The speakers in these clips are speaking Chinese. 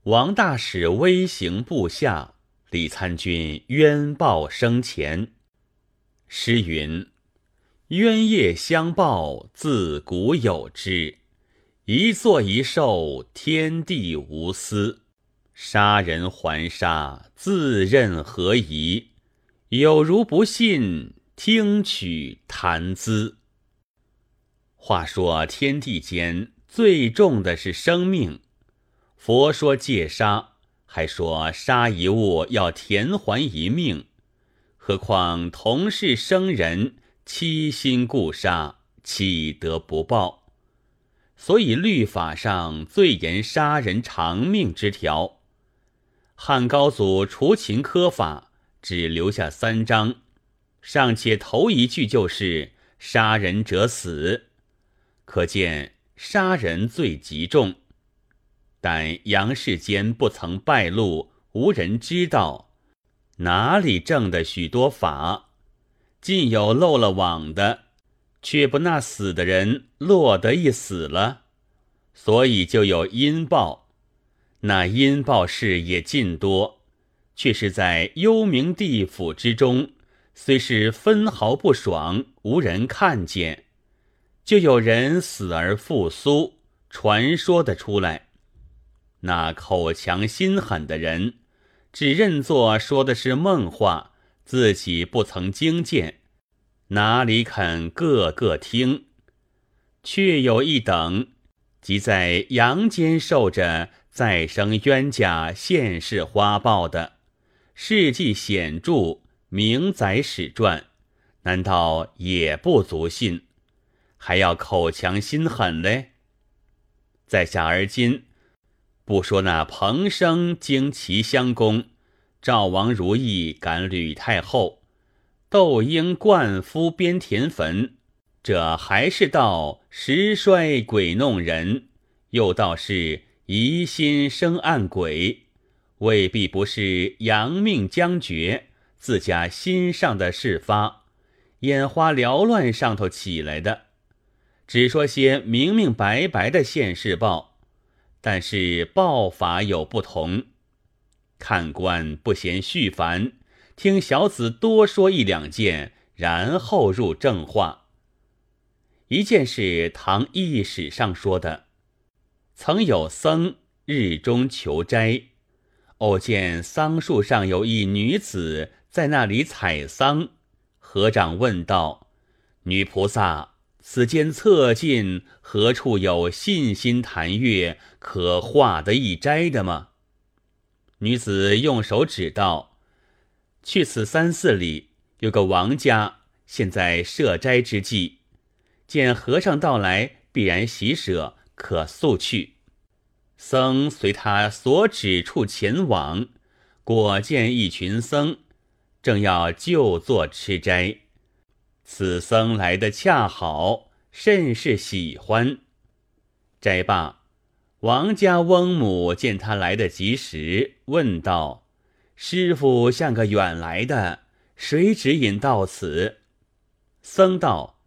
王大使微行部下，李参军冤报生前。诗云：冤业相报，自古有之。一作一受，天地无私。杀人还杀，自认何宜？有如不信，听取谈资。话说天地间最重的是生命，佛说戒杀，还说杀一物要填还一命，何况同是生人，七心故杀，岂得不报？所以律法上最严杀人偿命之条。汉高祖除秦苛法，只留下3章，尚且头一句就是杀人者死，可见杀人罪极重。但杨世间不曾败露，无人知道，哪里正的许多法，尽有漏了网的，却不那死的人落得一死了，所以就有阴报。那阴报事也尽多，却是在幽冥地府之中，虽是分毫不爽，无人看见，就有人死而复苏，传说的出来。那口强心狠的人，只认作说的是梦话，自己不曾经见，哪里肯个个听？却有一等，即在阳间受着再生冤家现世花报的，事迹显著，明载史传，难道也不足信？还要口强心狠嘞？在下而今不说那彭生经齐襄公，赵王如意赶吕太后，窦婴灌夫边田坟，这还是道时衰鬼弄人，又道是疑心生暗鬼，未必不是阳命将绝，自家心上的事发，眼花缭乱上头起来的。只说些明明白白的现世报，但是报法有不同。看官不嫌絮烦，听小子多说1-2件，然后入正话。一件是唐异史上说的，曾有僧日中求斋，偶见桑树上有一女子在那里采桑，和尚问道：女菩萨，此间侧近何处有信心谈月可化得一斋的吗？女子用手指道：去此3、4里有个王家，现在设斋之际，见和尚到来，必然喜舍，可速去。僧随他所指处前往，果见一群僧，正要就坐吃斋。此僧来得恰好，甚是喜欢。斋罢，王家翁母见他来得及时，问道：师父像个远来的，谁指引到此？僧道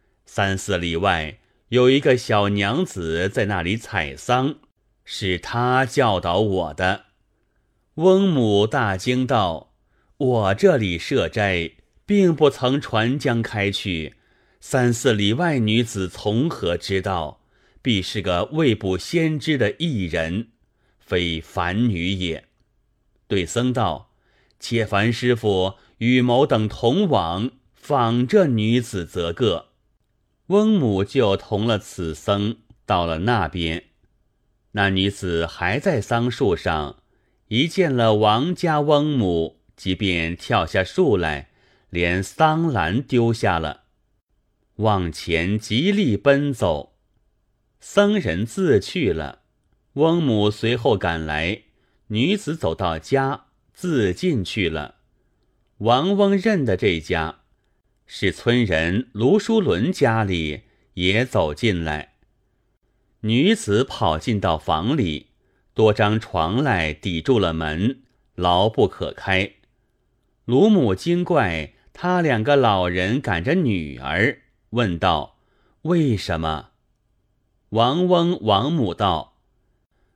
：3、4里外有一个小娘子在那里采桑，是他教导我的。翁母大惊道：我这里设斋，并不曾传将开去，3、4里外女子从何知道？必是个未卜先知的异人，非凡女也。对僧道：且凡师傅与某等同往，访这女子则个。翁母就同了此僧到了那边，那女子还在桑树上，一见了王家翁母，即便跳下树来，连桑篮丢下了，往前极力奔走。僧人自去了，翁母随后赶来，女子走到家，自进去了。王翁认得这家，是村人卢书伦家里，也走进来。女子跑进到房里，多张床来抵住了门，牢不可开。卢母惊怪，他2个老人赶着女儿，问道：为什么？王翁王母道：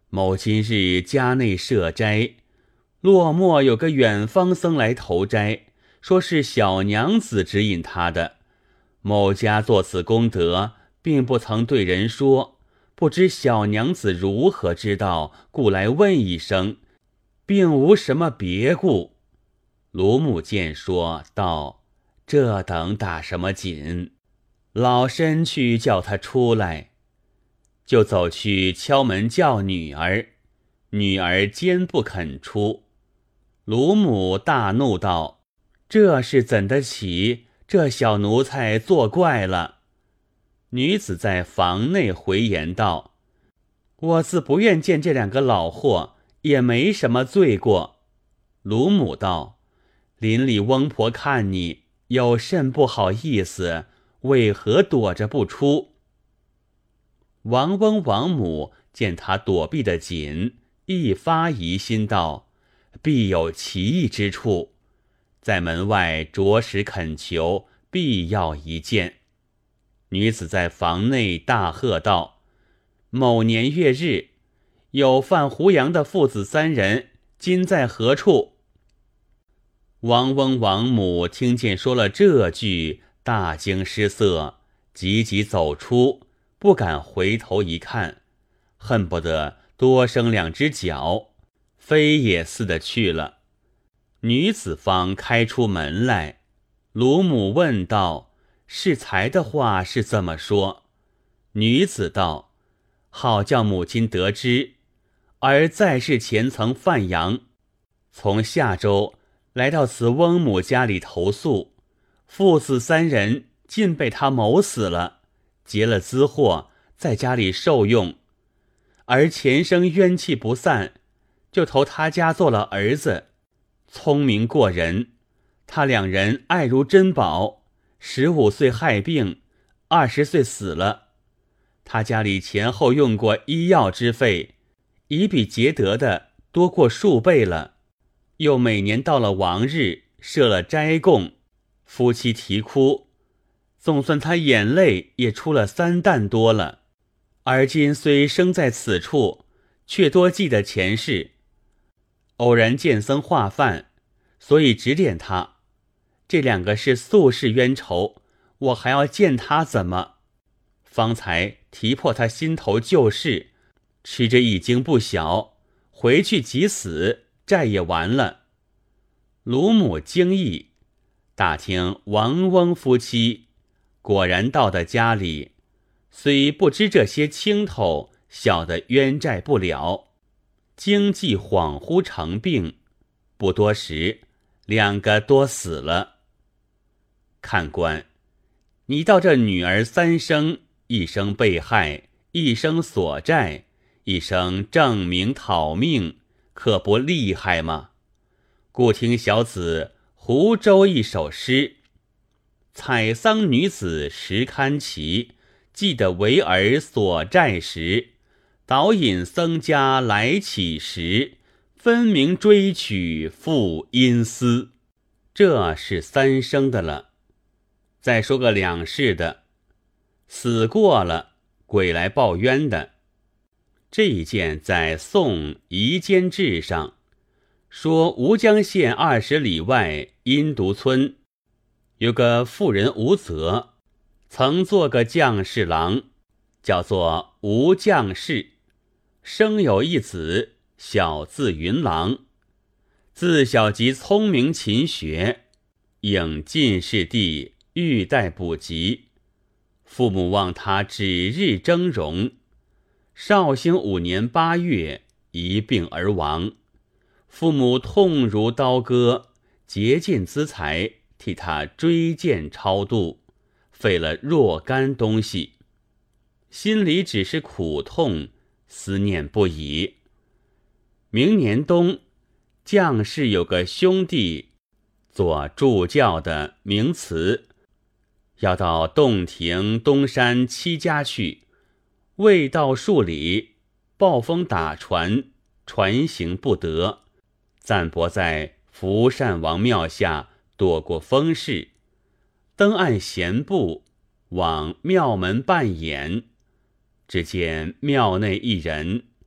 某今日家内设斋，落寞有个远方僧来投斋，说是小娘子指引他的。某家做此功德，并不曾对人说，不知小娘子如何知道，故来问一声，并无什么别故。卢母见说道：这等打什么紧？老身去叫他出来。就走去敲门叫女儿，女儿坚不肯出。卢母大怒道：这是怎的起？这小奴才作怪了。女子在房内回言道：我自不愿见这两个老货，也没什么罪过。卢母道：邻里翁婆看你有甚不好意思，为何躲着不出？王翁王母见他躲避得紧，一发疑心道：必有奇异之处，在门外着实恳求，必要一见。女子在房内大喝道：某年月日，有犯胡杨的父子3人，今在何处？王翁王母听见说了这句，大惊失色，急急走出，不敢回头一看，恨不得多生2只脚，飞也似的去了。女子方开出门来，卢母问道：适才的话是这么说？女子道：好叫母亲得知，儿在世前曾犯洋，从下州来到此翁母家里投宿，父子3人尽被他谋死了，劫了资货，在家里受用，而前生冤气不散，就投他家做了儿子，聪明过人。他2人爱如珍宝，15岁害病，20岁死了。他家里前后用过医药之费，已比劫得的多过数倍了。又每年到了王日，设了斋供，夫妻啼哭，总算他眼泪也出了3担多了。而今虽生在此处，却多记得前世。偶然见僧化饭，所以指点他。这2个是宿世冤仇，我还要见他怎么？方才提破他心头旧事，吃着一惊不小，回去即死，债也完了。卢母惊异，打听王翁夫妻，果然到的家里，虽不知这些清头，晓得冤债不了，经济恍惚成病，不多时2个多死了。看官，你道这女儿3生，一生被害，一生索债，一生证明讨命，可不厉害吗？故听小子湖州一首诗：采桑女子10堪奇，记得为儿所债时，导引僧家来乞食，分明追取负阴司。这是3生的了。再说个2世的，死过了，鬼来报冤的。这一件在《宋夷坚志》上说，吴江县20里外阴独村有个妇人吴泽，曾做个将士郎，叫做吴将士，生有一子，小字云郎。自小即聪明勤学，应进士第，欲待补习。父母望他指日峥嵘，绍兴5年8月一病而亡。父母痛如刀割，竭尽资财替他追荐超度，费了若干东西，心里只是苦痛，思念不已。明年冬，将士有个兄弟做助教的名词，要到洞庭东山7家去，未到数里，暴风打船，船行不得，暂泊在福善王庙下躲过风势，登岸闲步，往庙门半掩，只见庙内一人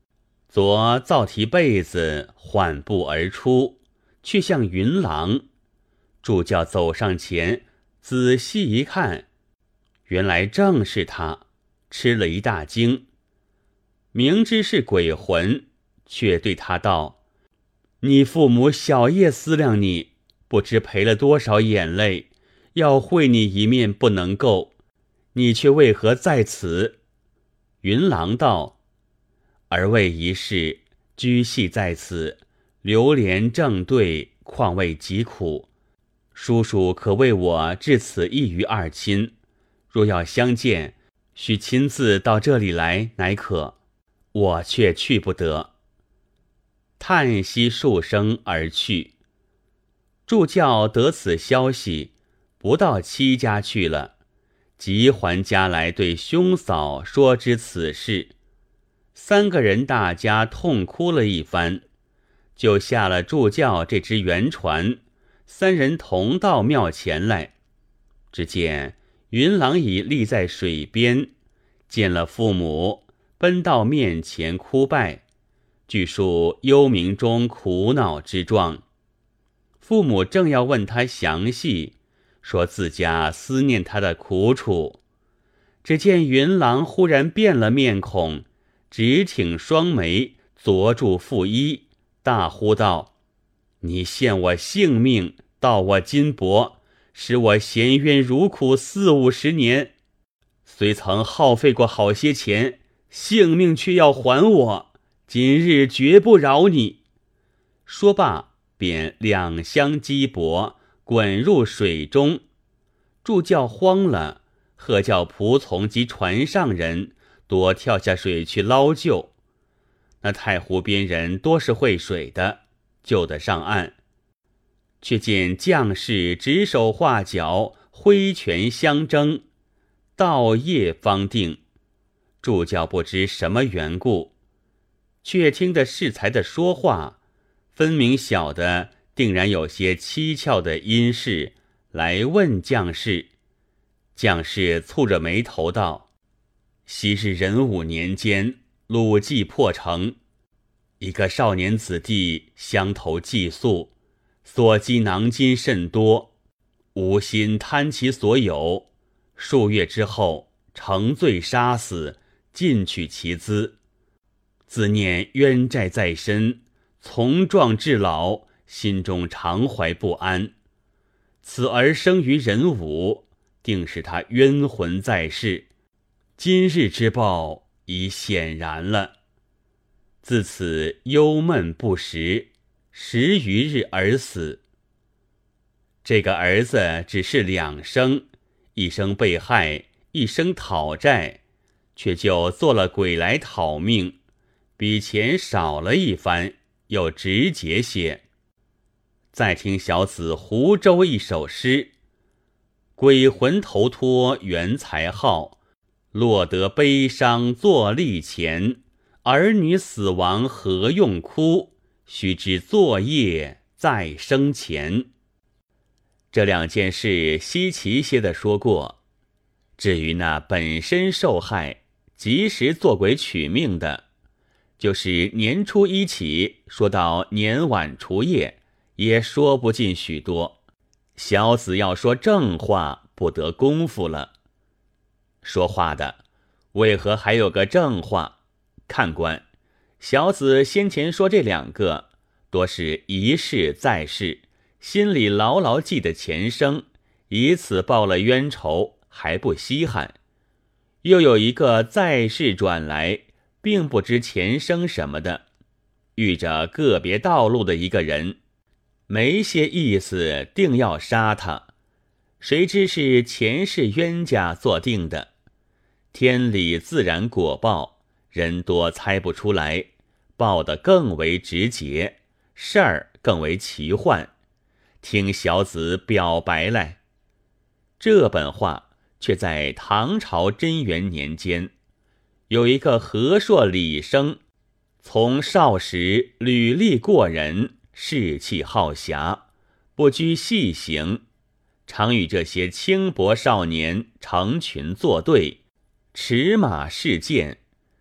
昨皂提被子，缓步而出，却向云郎。助教走上前，仔细一看，原来正是他，吃了一大惊。明知是鬼魂，却对他道：你父母小夜思量你，不知赔了多少眼泪，要会你一面不能够，你却为何在此？云郎道：儿为一事，居系在此，流连正对，况为疾苦。叔叔可为我至此一于二亲，若要相见，须亲自到这里来乃可，我却去不得。叹息数声而去。助教得此消息，不到戚家去了，即还家来对兄嫂说知此事。三个人大家痛哭了一番，就下了助教这只圆船，三人同到庙前来。只见云郎已立在水边，见了父母，奔到面前哭拜，据述幽冥中苦恼之状。父母正要问他详细，说自家思念他的苦楚，只见云郎忽然变了面孔，直挺双眉，攫住父衣，大呼道：你陷我性命，盗我金帛，使我衔冤如苦40-50年，虽曾耗费过好些钱，性命却要还我，今日绝不饶你。说罢，便两相击搏，滚入水中。助教慌了，喝叫仆从及船上人多跳下水去捞救。那太湖边人多是会水的，救得上岸。却见将士指手画脚，挥拳相争，到夜方定。助教不知什么缘故，却听得适才的说话，分明晓得定然有些蹊跷的阴事，来问将士。将士蹙着眉头道：昔日壬午年间，鲁冀破城，一个少年子弟相投寄宿，所积囊金甚多，无心贪其所有，数月之后乘醉杀死，尽取其资。自念冤债在身，从壮至老，心中常怀不安。此儿生于壬午，定是他冤魂在世，今日之报已显然了。自此忧闷不食，10余日而死。这个儿子只是2生，一生被害，一生讨债，却就做了鬼来讨命，比钱少了一番，又直节些。再听小子湖州一首诗：鬼魂投脱原才好，落得悲伤作历钱，儿女死亡何用哭，须知作业再生前。这2件事稀奇些的说过，至于那本身受害及时做鬼取命的，就是年初一起说到年晚除夜，也说不尽许多。小子要说正话，不得功夫了。说话的为何还有个正话？看官，小子先前说这2个，多是一世再世，心里牢牢记得前生，以此报了冤仇，还不稀罕。又有一个在世转来，并不知前生什么的，遇着个别道路的一个人，没些意思，定要杀他，谁知是前世冤家做定的。天理自然果报，人多猜不出来，报得更为直接，事儿更为奇幻。听小子表白来。这本话却在唐朝贞元年间，有一个和硕李生，从少时履历过人，士气好侠，不拘细行，常与这些轻薄少年成群作对，驰马试剑，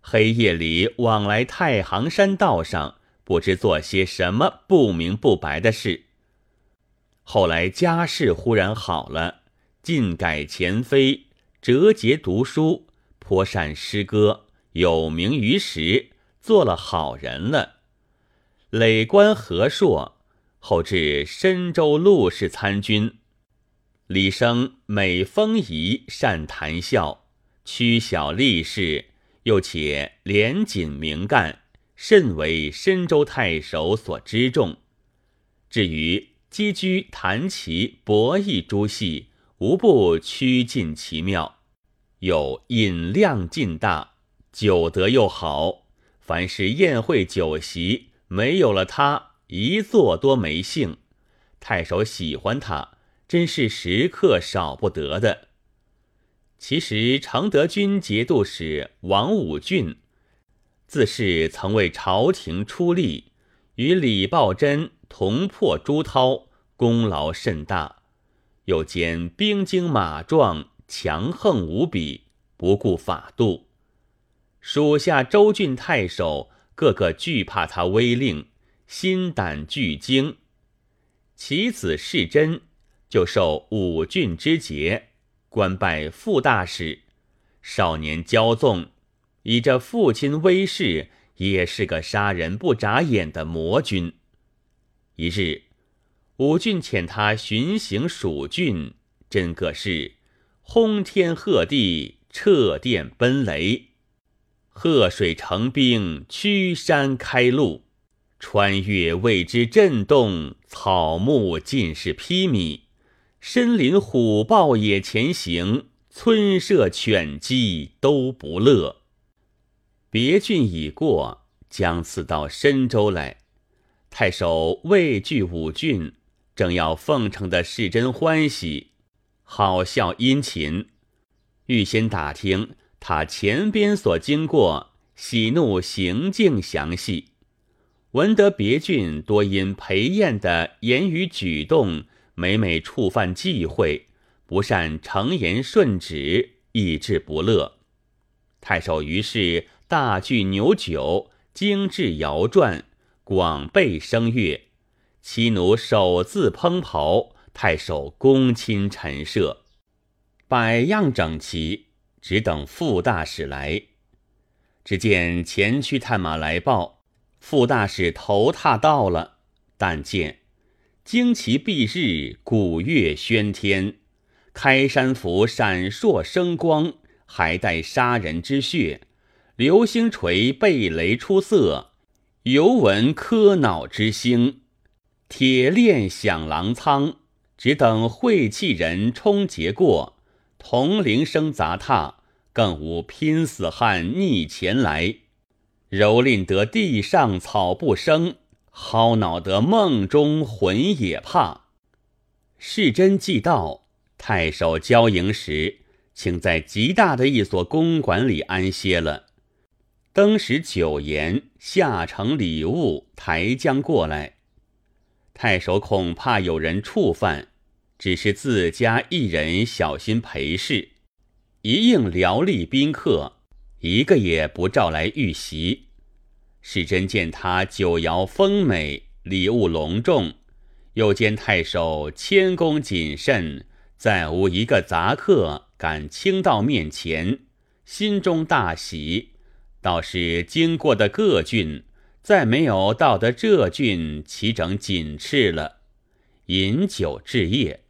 黑夜里往来太行山道上，不知做些什么不明不白的事。后来家世忽然好了，尽改前非，折节读书，颇善诗歌，有名于时，做了好人了。累官和硕，后至深州陆氏参军。李生美风仪，善谈笑，曲小立事，又且廉谨明干，甚为深州太守所知重。至于击车、弹棋、博弈诸戏，无不趋近其妙。又饮量尽大，酒德又好，凡是宴会酒席，没有了他，一坐多没兴。太守喜欢他，真是时刻少不得的。其实承德军节度使王武俊，自是曾为朝廷出力，与李抱真同破朱涛，功劳甚大。又兼兵精马壮，强横无比，不顾法度。属下州郡太守个个惧怕他威令，心胆俱惊。其子世真就受武俊之节，官拜副大使。少年骄纵，以着父亲威势，也是个杀人不眨眼的魔君。一日，武俊遣他巡行蜀郡，真个是轰天喝地，掣电奔雷。河水成冰，驱山开路，穿越为之震动，草木尽是披靡。深林虎豹也前行，村舍犬鸡都不乐。别郡已过，将次到深州来。太守畏惧武俊，正要奉承的世真欢喜，好笑殷勤，预先打听他前边所经过，喜怒行径详细。闻得别郡多因裴晏的言语举动，每每触犯忌讳，不善承言顺旨，以致不乐。太守于是大聚牛酒，精致谣传，广备声乐，妻奴首自烹刨，太守躬亲陈设，百样整齐，只等副大使来。只见前驱探马来报，副大使头踏到了，但见旌旗蔽日，鼓乐喧天，开山斧闪烁生光，还带杀人之血，流星锤被雷出色，犹闻磕脑之星，铁链响狼仓，只等晦气人冲劫过，铜铃声杂沓，更无拼死汉逆前来。蹂躏得地上草不生，薅恼得梦中魂也怕。世真既到，太守交营时，请在极大的一所公馆里安歇了。登时酒筵，下呈礼物，抬将过来。太守恐怕有人触犯，只是自家一人小心陪侍，一应僚吏宾客，一个也不召来御席。世真见他酒肴丰美，礼物隆重，又见太守谦恭谨慎，再无一个杂客敢倾到面前，心中大喜。倒是经过的各郡，再没有到得这郡齐整紧斥了。饮酒至夜，